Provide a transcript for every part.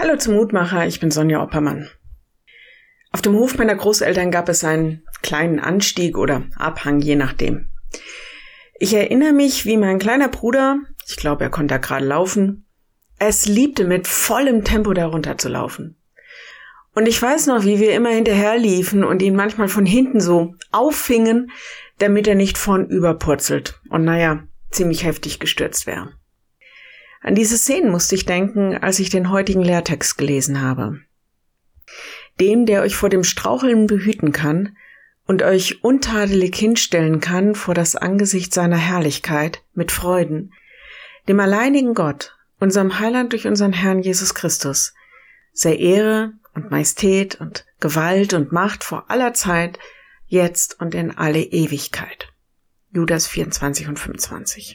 Hallo zum Mutmacher, ich bin Sonja Oppermann. Auf dem Hof meiner Großeltern gab es einen kleinen Anstieg oder Abhang, je nachdem. Ich erinnere mich, wie mein kleiner Bruder, ich glaube, er konnte da gerade laufen, es liebte, mit vollem Tempo darunter zu laufen. Und ich weiß noch, wie wir immer hinterher liefen und ihn manchmal von hinten so auffingen, damit er nicht vornüber purzelt und ziemlich heftig gestürzt wäre. An diese Szenen musste ich denken, als ich den heutigen Lehrtext gelesen habe. Dem, der euch vor dem Straucheln behüten kann und euch untadelig hinstellen kann vor das Angesicht seiner Herrlichkeit mit Freuden, dem alleinigen Gott, unserem Heiland durch unseren Herrn Jesus Christus, sei Ehre und Majestät und Gewalt und Macht vor aller Zeit, jetzt und in alle Ewigkeit. Judas 24 und 25.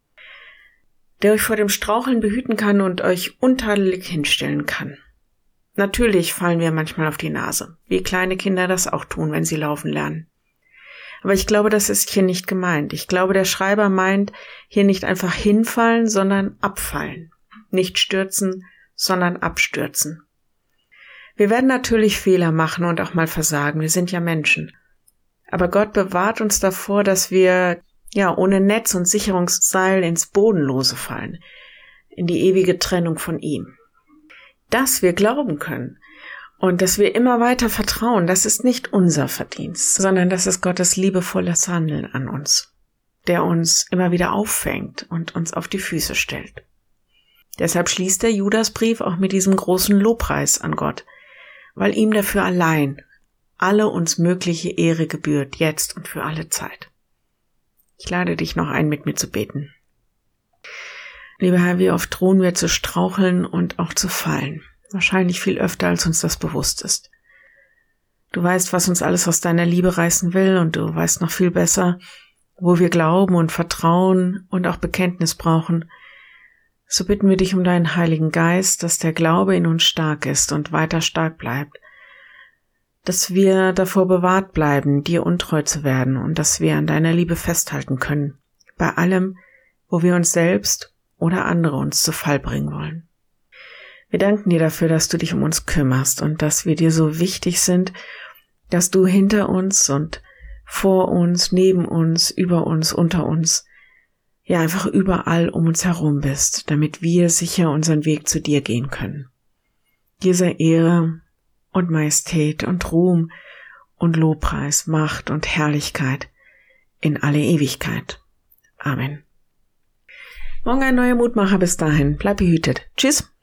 Der euch vor dem Straucheln behüten kann und euch untadelig hinstellen kann. Natürlich fallen wir manchmal auf die Nase, wie kleine Kinder das auch tun, wenn sie laufen lernen. Aber ich glaube, das ist hier nicht gemeint. Ich glaube, der Schreiber meint hier nicht einfach hinfallen, sondern abfallen. Nicht stürzen, sondern abstürzen. Wir werden natürlich Fehler machen und auch mal versagen. Wir sind ja Menschen. Aber Gott bewahrt uns davor, dass wir ohne Netz und Sicherungsseil ins Bodenlose fallen, in die ewige Trennung von ihm. Dass wir glauben können und dass wir immer weiter vertrauen, das ist nicht unser Verdienst, sondern das ist Gottes liebevolles Handeln an uns, der uns immer wieder auffängt und uns auf die Füße stellt. Deshalb schließt der Judasbrief auch mit diesem großen Lobpreis an Gott, weil ihm dafür allein alle uns mögliche Ehre gebührt, jetzt und für alle Zeit. Ich lade dich noch ein, mit mir zu beten. Lieber Herr, wie oft drohen wir zu straucheln und auch zu fallen. Wahrscheinlich viel öfter, als uns das bewusst ist. Du weißt, was uns alles aus deiner Liebe reißen will, und du weißt noch viel besser, wo wir Glauben und Vertrauen und auch Bekenntnis brauchen. So bitten wir dich um deinen Heiligen Geist, dass der Glaube in uns stark ist und weiter stark bleibt. Dass wir davor bewahrt bleiben, dir untreu zu werden, und dass wir an deiner Liebe festhalten können, bei allem, wo wir uns selbst oder andere uns zu Fall bringen wollen. Wir danken dir dafür, dass du dich um uns kümmerst und dass wir dir so wichtig sind, dass du hinter uns und vor uns, neben uns, über uns, unter uns, einfach überall um uns herum bist, damit wir sicher unseren Weg zu dir gehen können. Dir sei Ehre und Majestät und Ruhm und Lobpreis, Macht und Herrlichkeit in alle Ewigkeit. Amen. Morgen ein neuer Mutmacher. Bis dahin. Bleib behütet. Tschüss.